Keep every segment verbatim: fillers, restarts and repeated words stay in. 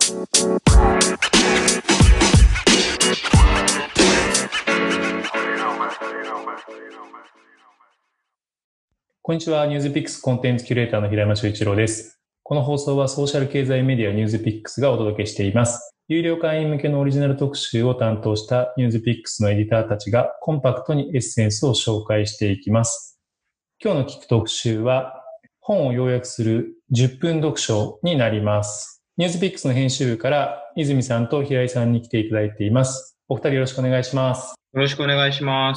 こんにちは。ニュースピックスコンテンツキュレーターの平山修一郎です。この放送はソーシャル経済メディアニュースピックスがお届けしています。有料会員向けのオリジナル特集を担当したニュースピックスのエディターたちがコンパクトにエッセンスを紹介していきます。今日の聞く特集は本を要約するじゅっぷん読書になります。ニュースピックスの編集部から泉さんと平井さんに来ていただいています。お二人よろしくお願いします。 よろしくお願いします。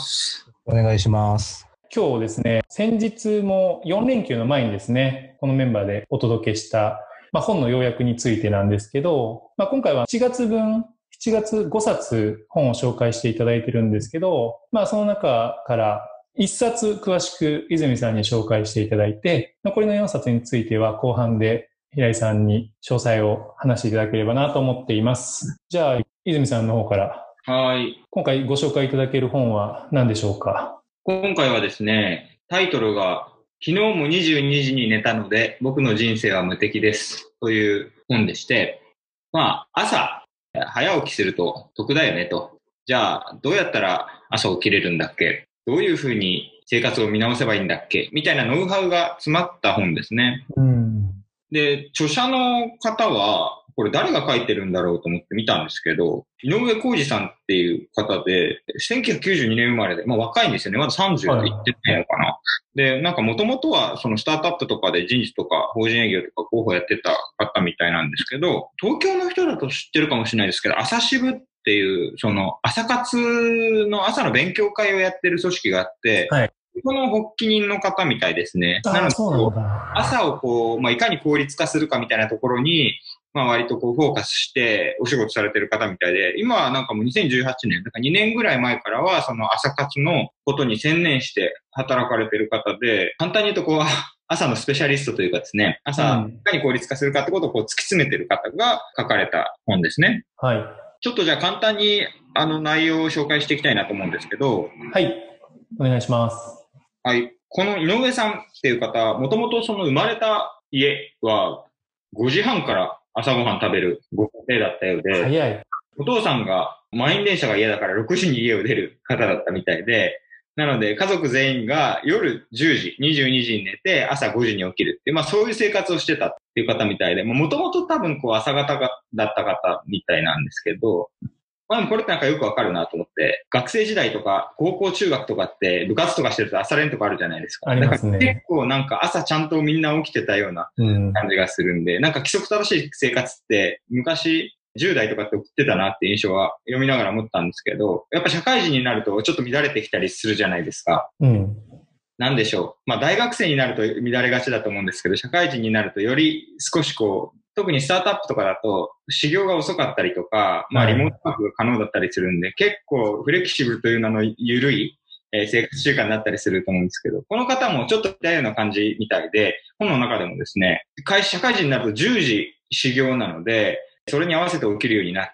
お願いします。 今日ですね、先日もよん連休の前にですね、このメンバーでお届けした、まあ、本の要約についてなんですけど、まあ、今回はしちがつぶん、しちがつごさつ本を紹介していただいてるんですけど、まあその中からいっさつ詳しく泉さんに紹介していただいて、残りのよんさつについては後半で平井さんに詳細を話していただければなと思っています。じゃあ泉さんの方から、 はい。 今回ご紹介いただける本は何でしょうか？ 今回はですね、タイトルが、昨日もにじゅうにじに寝たので、僕の人生は無敵です。という本でして、まあ、朝、早起きすると得だよねと。じゃあ、どうやったら朝起きれるんだっけ？どういうふうに生活を見直せばいいんだっけ？みたいなノウハウが詰まった本ですね。 うん、 で、著者の方は、これ誰が書いてるんだろうと思って見たんですけど、井上浩二さんっていう方で、せんきゅうひゃくきゅうじゅうにねん生まれで、まあ若いんですよね。まださんじゅうって言ってないのかな。はい、で、なんか元々はそのスタートアップとかで人事とか法人営業とか広報やってた方みたいなんですけど、東京の人だと知ってるかもしれないですけど、朝支部っていう、その朝活の朝の勉強会をやってる組織があって、はい、この発起人の方みたいですね。 なのでこう、 朝をこう、まあ、いかに効率化するかみたいなところに、まあ割とこうフォーカスしてお仕事されてる方みたいで、今はなんかもうにせんじゅうはちねん、だからにねんぐらい前からはその朝活のことに専念して働かれてる方で、簡単に言うとこう、朝のスペシャリストというかですね、朝いかに効率化するかってことをこう突き詰めてる方が書かれた本ですね。 はい。 ちょっとじゃあ簡単にあの内容を紹介していきたいなと思うんですけど。 はい。お願いします。 はい。この井上さんっていう方、もともとその生まれた家はごじはんから朝ごはん食べるご家庭だったようで、 早い。 お父さんが満員電車が嫌だからろくじに家を出る方だったみたいで、なので家族全員が夜じゅうじ、にじゅうにじに寝て朝ごじに起きるっていう、まあそういう生活をしてたっていう方みたいで、もともと多分こう朝方だった方みたいなんですけど、まあこれってなんかよくわかるなと思って、学生時代とか高校中学とかって部活とかしてると朝練とかあるじゃないですか。 ありますね。 結構なんか朝ちゃんとみんな起きてたような感じがするんで、うん、なんか規則正しい生活って昔じゅう代とかって送ってたなって印象は読みながら思ったんですけど、やっぱ社会人になるとちょっと乱れてきたりするじゃないですか。 うん。 なんでしょう。まあ大学生になると乱れがちだと思うんですけど、社会人になるとより少しこう、特にスタートアップとかだと、始業が遅かったりとか、まあリモートワークが可能だったりするんで、はい、結構フレキシブルという名の緩い生活習慣になったりすると思うんですけど、この方もちょっと似たような感じみたいで、本の中でもですね、社会人になるとじゅうじ始業なので、それに合わせて起きるようになって、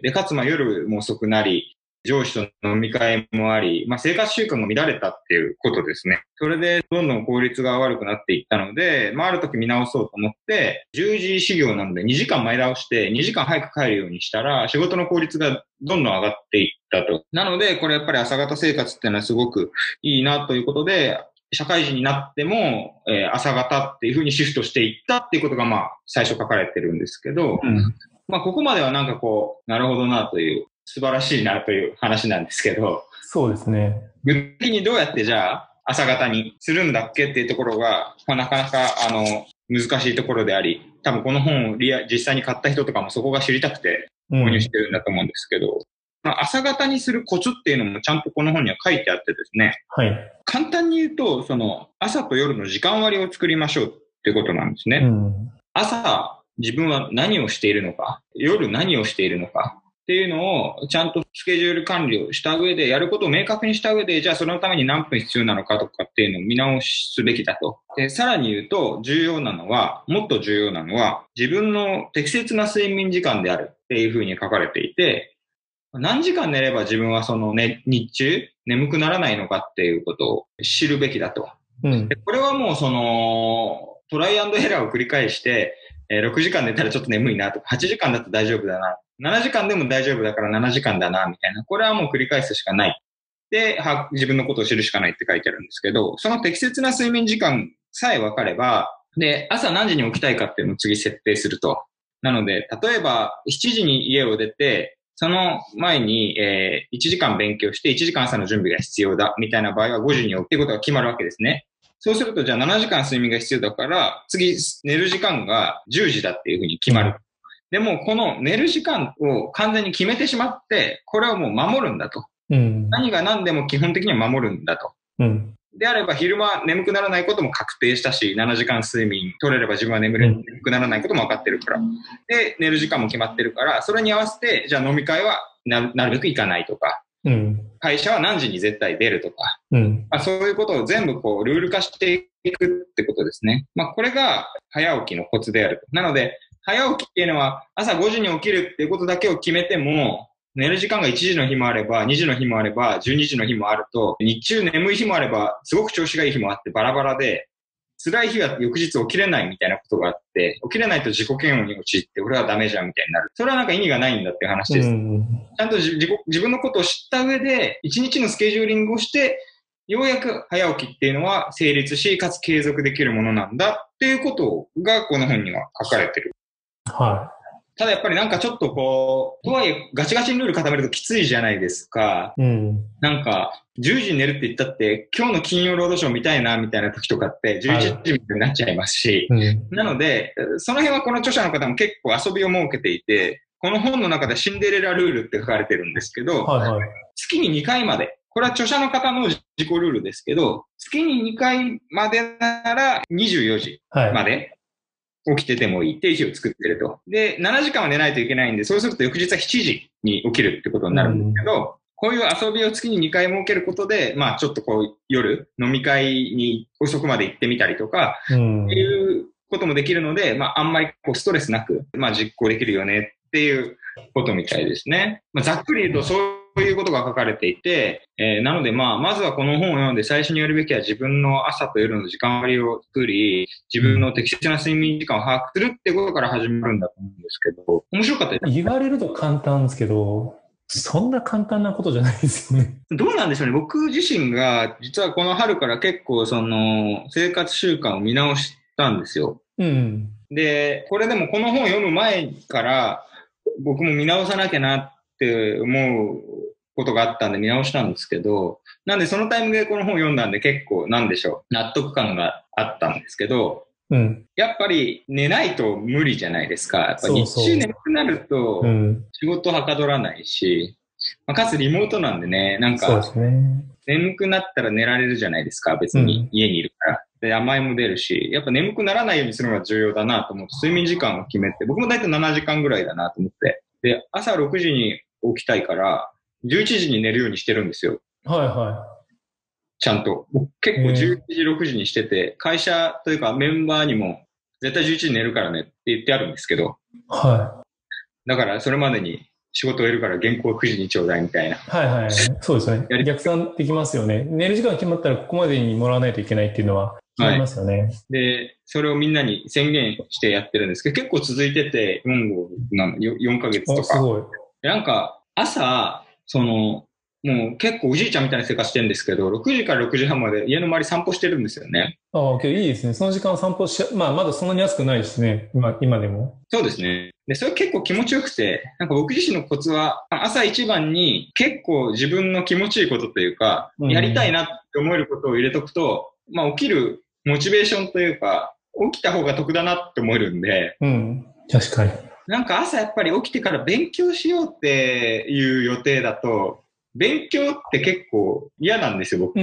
で、かつまあ夜も遅くなり、上司と飲み会もあり、まあ生活習慣が乱れたっていうことですね。それでどんどん効率が悪くなっていったので、まあある時見直そうと思って、じゅうじ始業なのでにじかん前倒してにじかん早く帰るようにしたら、仕事の効率がどんどん上がっていったと。なので、これやっぱり朝方生活っていうのはすごくいいなということで、社会人になっても、えー、朝方っていう風にシフトしていったっていうことがまあ最初書かれてるんですけど、うん、まあここまではなんかこう、なるほどなという、素晴らしいなという話なんですけど。 そうですね。 具体的にどうやってじゃあ朝方にするんだっけっていうところが、まあ、なかなかあの難しいところであり、多分この本をリア実際に買った人とかもそこが知りたくて購入してるんだと思うんですけど、うんまあ、朝方にするコツっていうのもちゃんとこの本には書いてあってですね。 はい。 簡単に言うと、その朝と夜の時間割を作りましょうってことなんですね。 うん、 朝、自分は何をしているのか、夜何をしているのか。っていうのをちゃんとスケジュール管理をした上で、やることを明確にした上で、じゃあそのために何分必要なのかとかっていうのを見直しすべきだと。で、さらに言うと重要なのは、もっと重要なのは、自分の適切な睡眠時間であるっていうふうに書かれていて、何時間寝れば自分はその、ね、日中眠くならないのかっていうことを知るべきだと。 うん、 でこれはもうその、トライアンドエラーを繰り返して、 えー、ろくじかん寝たらちょっと眠いなとか、はちじかんだと大丈夫だな。ななじかんでも大丈夫だからななじかんだな、みたいな。これはもう繰り返すしかない。で、は自分のことを知るしかないって書いてあるんですけど、その適切な睡眠時間さえ分かれば、で、朝何時に起きたいかっていうのを次設定すると。なので、例えばしちじに家を出て、その前に、えー、いちじかん勉強していちじかん朝の準備が必要だみたいな場合はごじに起きってことが決まるわけですね。そうするとじゃあななじかん睡眠が必要だから次寝る時間がじゅうじだっていうふうに決まる。でもこの寝る時間を完全に決めてしまってこれをもう守るんだと。うん、何が何でも基本的には守るんだと。うん、であれば昼間眠くならないことも確定したし、ななじかん睡眠取れれば自分は眠れ、眠くならないことも分かってるから。で、寝る時間も決まってるから、それに合わせて、じゃあ飲み会はな, なるべく行かないとか、うん、会社は何時に絶対出るとか、うんまあ、そういうことを全部こうルール化していくってことですね。まあこれが早起きのコツであると。なので、早起きっていうのは朝ごじに起きるっていうことだけを決めても、寝る時間がいちじの日もあれば、にじの日もあれば、じゅうにじの日もあると、日中眠い日もあれば、すごく調子がいい日もあってバラバラで、辛い日は翌日起きれないみたいなことがあって、起きれないと自己嫌悪に陥って、俺はダメじゃんみたいになる。それはなんか意味がないんだっていう話です。うん、ちゃんと自己自分のことを知った上で、一日のスケジューリングをして、ようやく早起きっていうのは成立し、かつ継続できるものなんだっていうことがこの本には書かれてる。はい。ただやっぱりなんかちょっとこう、とはいえガチガチにルール固めるときついじゃないですか。うん。なんか、じゅうじに寝るって言ったって、今日の金曜ロードショー見たいなみたいな時とかってじゅういちじみたいになっちゃいますし、はいうん、なので、その辺はこの著者の方も結構遊びを設けていて、この本の中でシンデレラルールって書かれてるんですけど、はいはい、月ににかいまで、これは著者の方の自己ルールですけど、月ににかいまでならにじゅうよじまで、はい起きててもいいっていう日を作ってると。で、ななじかんは寝ないといけないんで、そうすると翌日はしちじに起きるってことになるんですけど、うん、こういう遊びを月ににかい設けることで、まあちょっとこう夜飲み会に遅くまで行ってみたりとか、うん、っていうこともできるので、まああんまりこうストレスなく、まあ実行できるよねっていうことみたいですね。まあ、ざっくり言うとそういうことが書かれていて、えー、なのでまあ、まずはこの本を読んで最初にやるべきは自分の朝と夜の時間割を作り、自分の適切な睡眠時間を把握するってことから始まるんだと思うんですけど、面白かったです。 言われると簡単ですけど、そんな簡単なことじゃないですよね。 どうなんでしょうね。僕自身が実はこの春から結構その生活習慣を見直したんですよ。うん。で、これでもこの本を読む前から僕も見直さなきゃなって思うことがあったんで見直したんですけど、なんでそのタイミングでこの本を読んだんで結構なんでしょう、納得感があったんですけど、うん、やっぱり寝ないと無理じゃないですか。やっぱり日中眠くなると仕事はかどらないし、まあ、かつリモートなんでね、なんか眠くなったら寝られるじゃないですか、別に家にいるから。で、甘えも出るし、やっぱ眠くならないようにするのが重要だなと思って、睡眠時間を決めて、僕も大体ななじかんぐらいだなと思って、で、朝ろくじに起きたいから、じゅういちじに寝るようにしてるんですよ。はいはい。ちゃんと。結構じゅういちじ、ろくじにしてて、会社というかメンバーにも、絶対じゅういちじに寝るからねって言ってあるんですけど。はい。だからそれまでに仕事を終えるから原稿はくじにちょうだいみたいな。 はいはい。そうですね。逆算できますよね。寝る時間決まったらここまでにもらわないといけないっていうのは決まりますよね。はい、 で、それをみんなに宣言してやってるんですけど、結構続いてて、よん、よんかげつとか。すごい。なんか、朝、その、もう結構おじいちゃんみたいな生活してるんですけど、ろくじからろくじはんまで家の周り散歩してるんですよね。 ああ、けどいいですね。その時間散歩し、まあまだそんなに安くないですね。今、今でも。 そうですね。で、それ結構気持ちよくて、なんか僕自身のコツは、朝一番に結構自分の気持ちいいことというか、うん、やりたいなって思えることを入れとくと、まあ起きるモチベーションというか、起きた方が得だなって思えるんで。 うん。確かに。 なんか朝やっぱり起きてから勉強しようっていう予定だと、勉強って結構嫌なんですよ、僕。うん、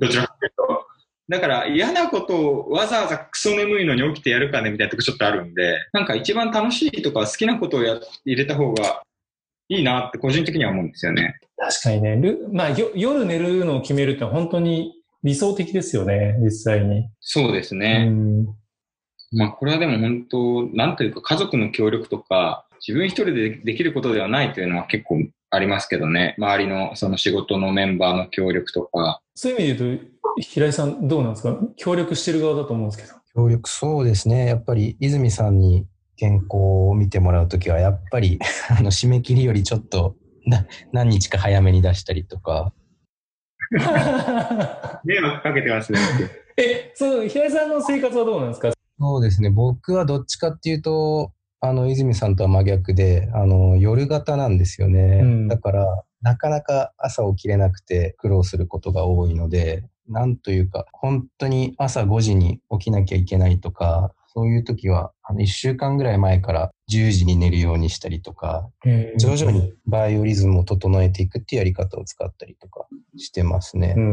どちらかというと。だから嫌なことをわざわざクソ眠いのに起きてやるかねみたいなとこちょっとあるんで、なんか一番楽しいとか好きなことをや入れた方がいいなって個人的には思うんですよね。 確かにね。まあ夜寝るのを決めるって本当に理想的ですよね、実際に。 そうですね。うん、まあこれはでも本当、なんというか家族の協力とか、自分一人でできることではないというのは結構ありますけどね。周りのその仕事のメンバーの協力とか。 そういう意味で言うと、平井さんどうなんですか？協力してる側だと思うんですけど。 協力、そうですね。やっぱり泉さんに原稿を見てもらうときはやっぱりあの締め切りよりちょっとな何日か早めに出したりとか。 迷惑かけてますね。 え、そう、平井さんの生活はどうなんですか？ そうですね。僕はどっちかっていうと、あの、泉さんとは真逆で、あの、夜型なんですよね。うん、だから、なかなか朝起きれなくて苦労することが多いので、なんというか、本当に朝ごじに起きなきゃいけないとか、そういう時は、あの、いっしゅうかんぐらい前からじゅうじに寝るようにしたりとか、徐々にバイオリズムを整えていくっていうやり方を使ったりとかしてますね。うん、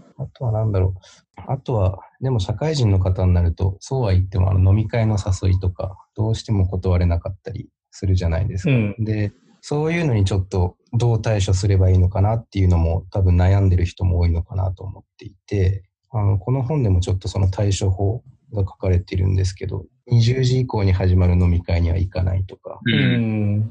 あとはなんだろう。あとは、でも社会人の方になると、そうは言ってもあの飲み会の誘いとか、どうしても断れなかったりするじゃないですか。うん、で、そういうのにちょっとどう対処すればいいのかなっていうのも多分悩んでる人も多いのかなと思っていて、あの、この本でもちょっとその対処法が書かれているんですけど、にじゅうじ以降に始まる飲み会には行かないとか、うん、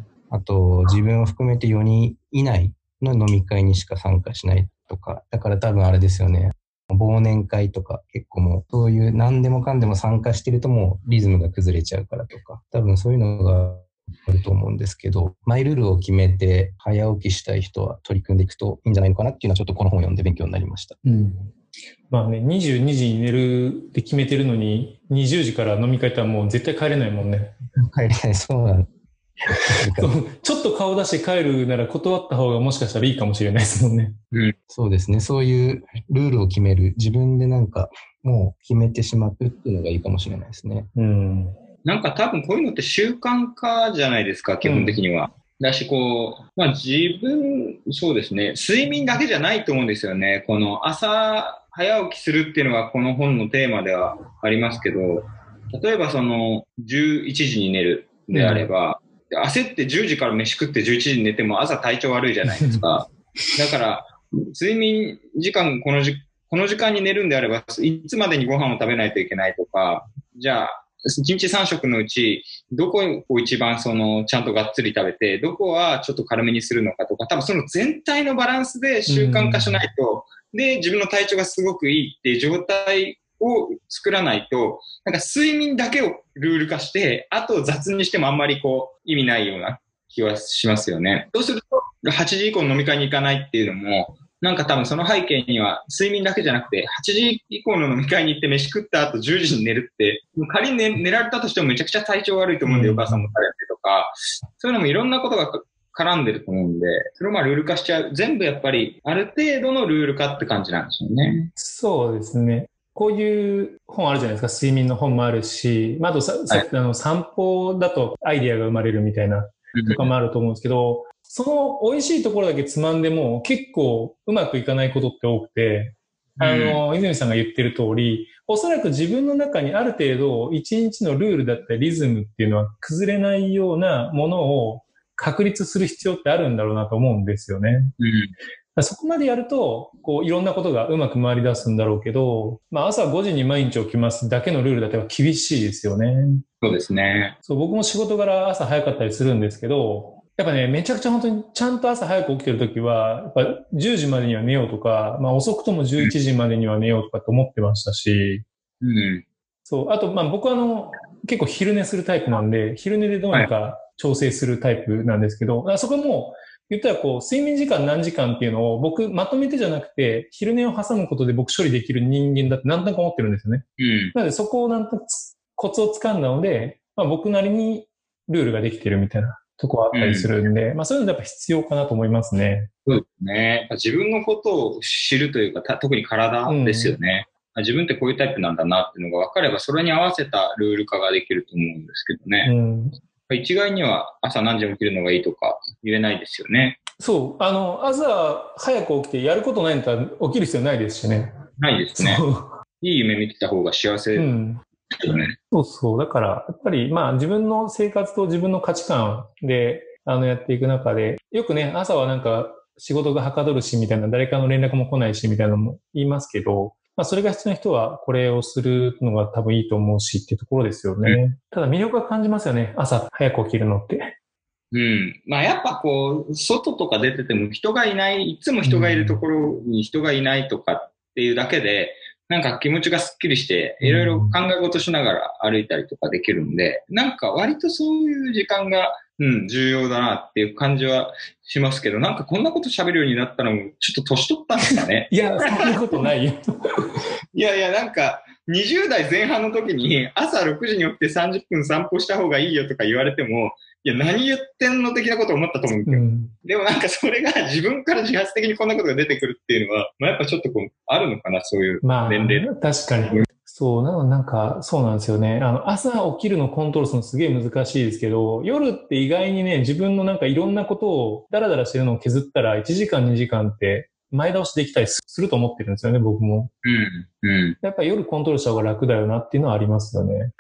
あと自分を含めてよにん以内の飲み会にしか参加しないとか、だから多分あれですよね。忘年会とか結構もうそういう何でもかんでも参加してるともうリズムが崩れちゃうからとか、多分そういうのがあると思うんですけど、マイルールを決めて早起きしたい人は取り組んでいくといいんじゃないのかなっていうのはちょっとこの本を読んで勉強になりました。うん、 まあね、にじゅうにじに寝るって決めてるのに、にじゅうじから飲み会行ったらもう絶対帰れないもんね。 帰れない、そうなんです。 ちょっと顔出して帰るなら断った方がもしかしたらいいかもしれないですもんね。 うん、そうですね。そういうルールを決める。自分でなんかもう決めてしまうっていうのがいいかもしれないですね。 うん。なんか多分こういうのって習慣化じゃないですか、基本的には。うん、だし、こう、まあ自分、そうですね。睡眠だけじゃないと思うんですよね。この朝早起きするっていうのがこの本のテーマではありますけど、例えばそのじゅういちじに寝るであれば、うん焦ってじゅうじから飯食ってじゅういちじに寝ても朝体調悪いじゃないですか。だから、睡眠時間このじ、この時間に寝るんであれば、いつまでにご飯を食べないといけないとか、じゃあ、いちにちさん食のうち、どこを一番その、ちゃんとがっつり食べて、どこはちょっと軽めにするのかとか、多分その全体のバランスで習慣化しないと、で、自分の体調がすごくいいっていう状態を作らないと、なんか睡眠だけをルール化して、あと雑にしてもあんまりこう意味ないような気はしますよね。そうすると、はちじ以降の飲み会に行かないっていうのも、なんか多分その背景には睡眠だけじゃなくて、はちじ以降の飲み会に行って飯食った後じゅうじに寝るって、仮に 寝, 寝られたとしてもめちゃくちゃ体調悪いと思うんで、お母さんもされてとか、そういうのもいろんなことが絡んでると思うんで、それをまあルール化しちゃう。全部やっぱりある程度のルール化って感じなんですよね。 そうですね。こういう本あるじゃないですか。睡眠の本もあるし、まあ、あとさ、はい、あの散歩だとアイディアが生まれるみたいなとかもあると思うんですけど、その美味しいところだけつまんでも結構うまくいかないことって多くて、あの、泉さんが言ってる通り、おそらく自分の中にある程度一日のルールだったりリズムっていうのは崩れないようなものを確立する必要ってあるんだろうなと思うんですよね。うんそこまでやると、こう、いろんなことがうまく回り出すんだろうけど、まあ、朝ごじに毎日起きますだけのルールだけは厳しいですよね。 そうですね。 そう、僕も仕事柄朝早かったりするんですけど、やっぱね、めちゃくちゃ本当にちゃんと朝早く起きてるときは、やっぱじゅうじまでには寝ようとか、まあ遅くともじゅういちじまでには寝ようとかって思ってましたし、うん。そう、あと、まあ僕はあの、結構昼寝するタイプなんで、昼寝でどうにか調整するタイプなんですけど、はい、そこも、言ったらこう、睡眠時間何時間っていうのを僕まとめてじゃなくて、昼寝を挟むことで僕処理できる人間だってなんとなく思ってるんですよね。うん。なのでそこをなんとなくコツをつかんだので、まあ僕なりにルールができてるみたいなとこあったりするんで、うん、まあそういうのやっぱ必要かなと思いますね。 そうですね。自分のことを知るというか、特に体ですよね。うん、自分ってこういうタイプなんだなっていうのが分かれば、それに合わせたルール化ができると思うんですけどね。うん一概には朝何時に起きるのがいいとか言えないですよね。 そう。あの、朝早く起きてやることないんだったら起きる必要ないですしね。 ないですね。いい夢見てた方が幸せですよね。うん、 そうそう。だから、やっぱりまあ自分の生活と自分の価値観であのやっていく中で、よくね、朝はなんか仕事がはかどるしみたいな、誰かの連絡も来ないしみたいなのも言いますけど、まあそれが必要な人はこれをするのが多分いいと思うしっていうところですよね。うん、ただ魅力は感じますよね。朝早く起きるのって。 うん。まあやっぱこう、外とか出てても人がいない、いつも人がいるところに人がいないとかっていうだけで、 なんか気持ちがスッキリして、いろいろ考え事しながら歩いたりとかできるんで、なんか割とそういう時間が、うん、重要だなっていう感じはしますけど、なんかこんなこと喋るようになったのも、ちょっと年取ったんですかね。 いや、そんなことないよ。 いやいや、なんか、にじゅう代前半の時に朝ろくじに起きてさんじゅっぷん散歩した方がいいよとか言われても、いや、何言ってんの的なことを思ったと思うんですよ。うん、でもなんかそれが自分から自発的にこんなことが出てくるっていうのは、まあやっぱちょっとこう、あるのかな、そういう年齢。 まあ、確かに。そう、なのなんか、そうなんですよね。あの、朝起きるのコントロールするのすげえ難しいですけど、夜って意外にね、自分のなんかいろんなことをダラダラしてるのを削ったらいちじかんにじかんって前倒しできたりすると思ってるんですよね、僕も。 うん。うん。 やっぱ夜コントロールした方が楽だよなっていうのはありますよね。 うん。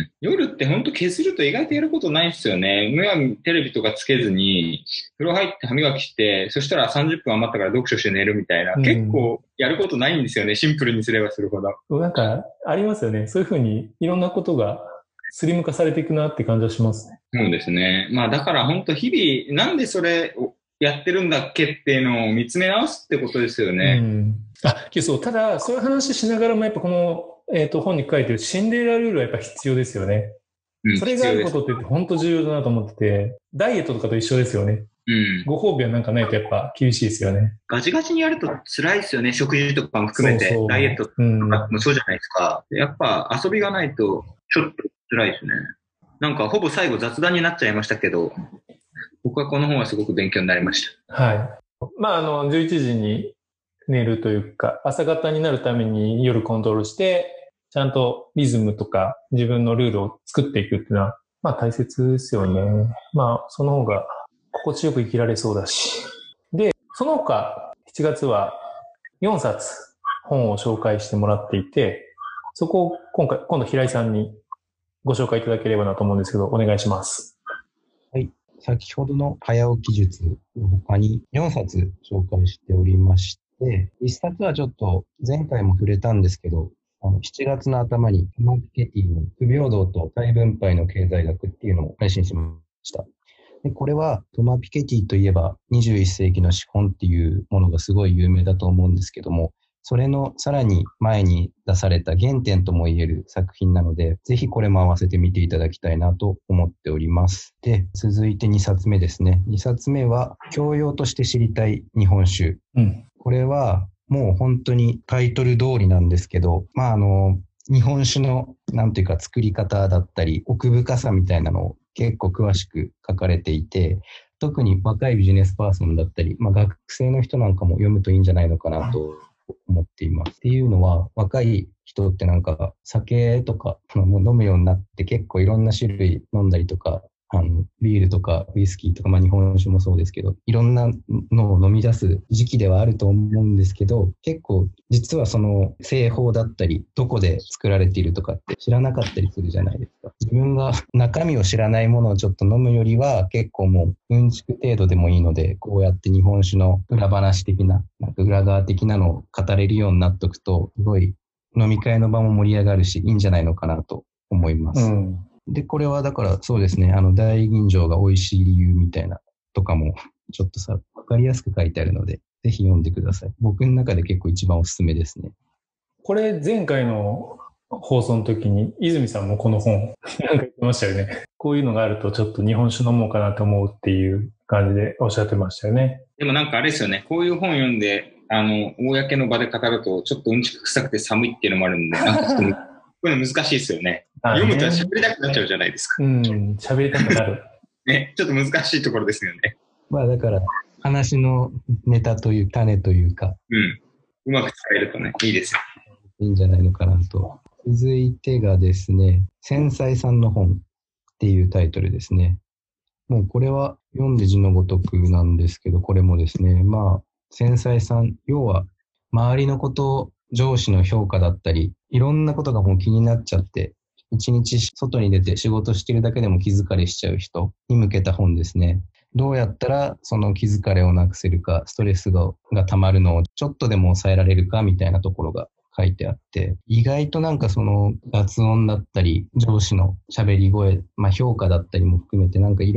夜ってほんと削ると意外とやることないですよね。目はテレビとかつけずに、風呂入って歯磨きして、そしたらさんじゅっぷん余ったから読書して寝るみたいな。うん、結構やることないんですよね。シンプルにすればするほど。 なんか、ありますよね。そういうふうにいろんなことがスリム化されていくなって感じはしますね。 そうですね。まあだから本当日々、なんでそれをやってるんだっけっていうのを見つめ直すってことですよね。 うん。あ、そう。ただ、そういう話しながらもやっぱこの、えっと、本に書いてるシンデレラルールはやっぱ必要ですよね。うん、それがあることって本当重要だなと思ってて、ダイエットとかと一緒ですよね。うん。ご褒美はなんかないとやっぱ厳しいですよね。 ガチガチにやると辛いですよね。食事とかも含めて。そうそうダイエットとかもそうじゃないですか。うん、やっぱ遊びがないとちょっと辛いですね。なんかほぼ最後雑談になっちゃいましたけど、僕はこの本はすごく勉強になりました。 はい。まあ、あの、じゅういちじに寝るというか、朝方になるために夜コントロールして、ちゃんとリズムとか自分のルールを作っていくっていうのは、まあ大切ですよね。まあ、その方が心地よく生きられそうだし。で、その他、しちがつはよんさつ本を紹介してもらっていて、そこを今回、今度平井さんにご紹介いただければなと思うんですけど、お願いします。 はい。先ほどの早起き術の他によんさつ紹介しておりまして、いっさつはちょっと前回も触れたんですけど、あのしちがつの頭にトマ・ピケティの不平等と再分配の経済学っていうのを配信しました。でこれはトマ・ピケティといえばにじゅういっせいきの資本っていうものがすごい有名だと思うんですけども、それのさらに前に出された原点とも言える作品なので、ぜひこれも合わせて見ていただきたいなと思っております。で、続いてにさつめですね。にさつめは、教養として知りたい日本酒。うん、これはもう本当にタイトル通りなんですけど、まああの、日本酒のなんていうか作り方だったり、奥深さみたいなのを結構詳しく書かれていて、特に若いビジネスパーソンだったり、まあ学生の人なんかも読むといいんじゃないのかなと思っています。っていうのは、若い人ってなんか酒とかもう飲むようになって結構いろんな種類飲んだりとか、あのビールとかウイスキーとか、まあ日本酒もそうですけど、いろんなのを飲み出す時期ではあると思うんですけど、結構実はその製法だったり、どこで作られているとかって知らなかったりするじゃないですか。自分が中身を知らないものをちょっと飲むよりは結構もううんちく程度でもいいので、こうやって日本酒の裏話的な、なんか裏側的なのを語れるようになっとくと、すごい飲み会の場も盛り上がるし、いいんじゃないのかなと思います。うんで、これはだからそうですね、あの大吟醸が美味しい理由みたいなとかもちょっとさ、わかりやすく書いてあるので、ぜひ読んでください。僕の中で結構一番おすすめですね。 これ前回の放送の時に泉さんもこの本なんか言ってましたよね。こういうのがあるとちょっと日本酒飲もうかなと思うっていう感じでおっしゃってましたよね。 でもなんかあれですよね、こういう本読んで、あの、公の場で語るとちょっとうんちく臭くて寒いっていうのもあるんで、なんかちょっとこれ難しいですよね。読むと喋りたくなっちゃうじゃないですか。 うん、喋りたくなる。 ね、ちょっと難しいところですよね。 まあだから、話のネタという種というか。 うん。うまく使えるとね、いいですよ。 いいんじゃないのかなと。続いてがですね、繊細さんの本っていうタイトルですね。もうこれは読んで字のごとくなんですけど、これもですね、まあ、繊細さん、要は周りのことを上司の評価だったり、いろんなことがもう気になっちゃって、一日外に出て仕事してるだけでも気疲れしちゃう人に向けた本ですね。どうやったらその気疲れをなくせるか、ストレスが、が溜まるのをちょっとでも抑えられるかみたいなところが書いてあって、意外となんかその雑音だったり、上司の喋り声、まあ評価だったりも含めてなんかいろいろ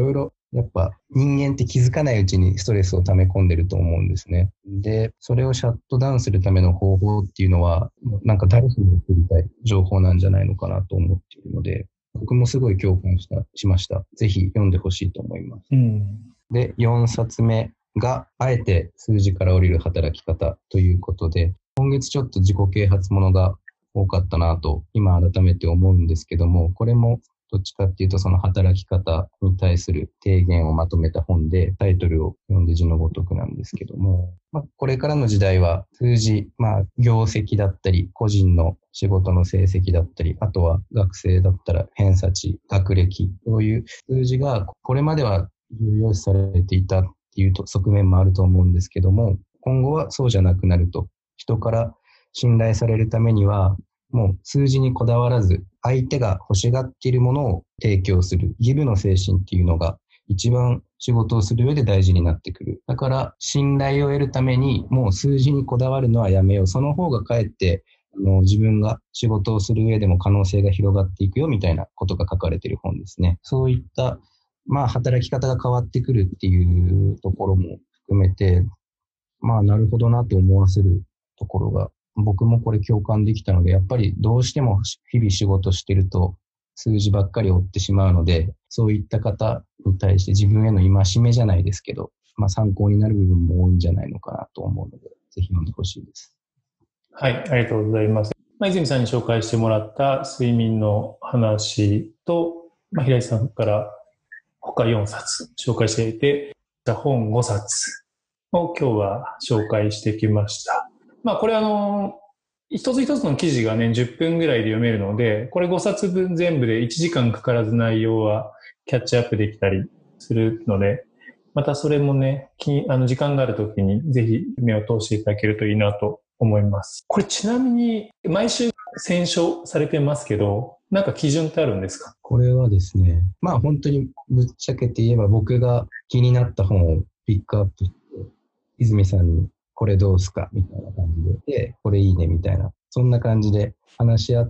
やっぱ人間って気づかないうちにストレスを溜め込んでると思うんですね。で、それをシャットダウンするための方法っていうのは、なんか誰しも知りたい情報なんじゃないのかなと思っているので、僕もすごい共感したしました。ぜひ読んでほしいと思います。うん、で、よんさつめが、あえて数字から降りる働き方ということで、今月ちょっと自己啓発ものが多かったなと、今改めて思うんですけども、これもどっちかっていうとその働き方に対する提言をまとめた本で、タイトルを読んで字のごとくなんですけども、まあ、これからの時代は数字、まあ業績だったり、個人の仕事の成績だったり、あとは学生だったら偏差値、学歴、そういう数字がこれまでは重要視されていたっていう側面もあると思うんですけども、今後はそうじゃなくなると、人から信頼されるためには、もう数字にこだわらず、相手が欲しがっているものを提供する、ギブの精神っていうのが一番仕事をする上で大事になってくる。だから信頼を得るためにもう数字にこだわるのはやめよう。その方がかえってあの自分が仕事をする上でも可能性が広がっていくよみたいなことが書かれている本ですね。そういったまあ働き方が変わってくるっていうところも含めて、まあなるほどなと思わせるところが僕もこれ共感できたので、やっぱりどうしても日々仕事してると数字ばっかり追ってしまうので、そういった方に対して自分への戒めじゃないですけど、まあ参考になる部分も多いんじゃないのかなと思うので、ぜひ読んでほしいです。 はい、ありがとうございます。まあ、泉さんに紹介してもらった睡眠の話と、まあ、平井さんから他よんさつ紹介していて、本ごさつを今日は紹介してきました。まあこれあの、一つ一つの記事がね、じゅっぷんぐらいで読めるので、これごさつぶん全部でいちじかんかからず内容はキャッチアップできたりするので、またそれもね、あの時間があるときにぜひ目を通していただけるといいなと思います。これちなみに毎週選書されてますけど、なんか基準ってあるんですか？ これはですね、まあ本当にぶっちゃけて言えば僕が気になった本をピックアップして、泉さんにこれどうすかみたいな感じで、で、これいいねみたいな、そんな感じで話し合って、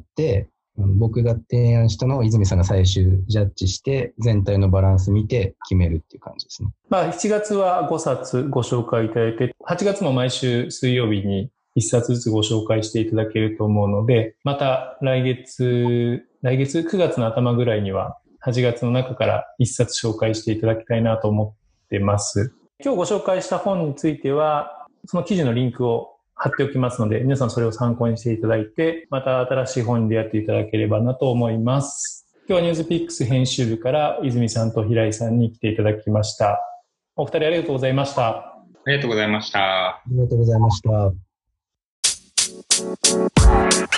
僕が提案したのを泉さんが最終ジャッジして全体のバランス見て決めるっていう感じですね。 まあしちがつはごさつご紹介いただいて、はちがつも毎週水曜日にいっさつずつご紹介していただけると思うので、また来月、来月くがつの頭ぐらいにははちがつの中からいっさつ紹介していただきたいなと思ってます。今日ご紹介した本については、その記事のリンクを貼っておきますので、皆さんそれを参考にしていただいて、また新しい本に出会っていただければなと思います。今日はニュースピックス編集部から泉さんと平井さんに来ていただきました。お二人ありがとうございました。 ありがとうございました。 ありがとうございました。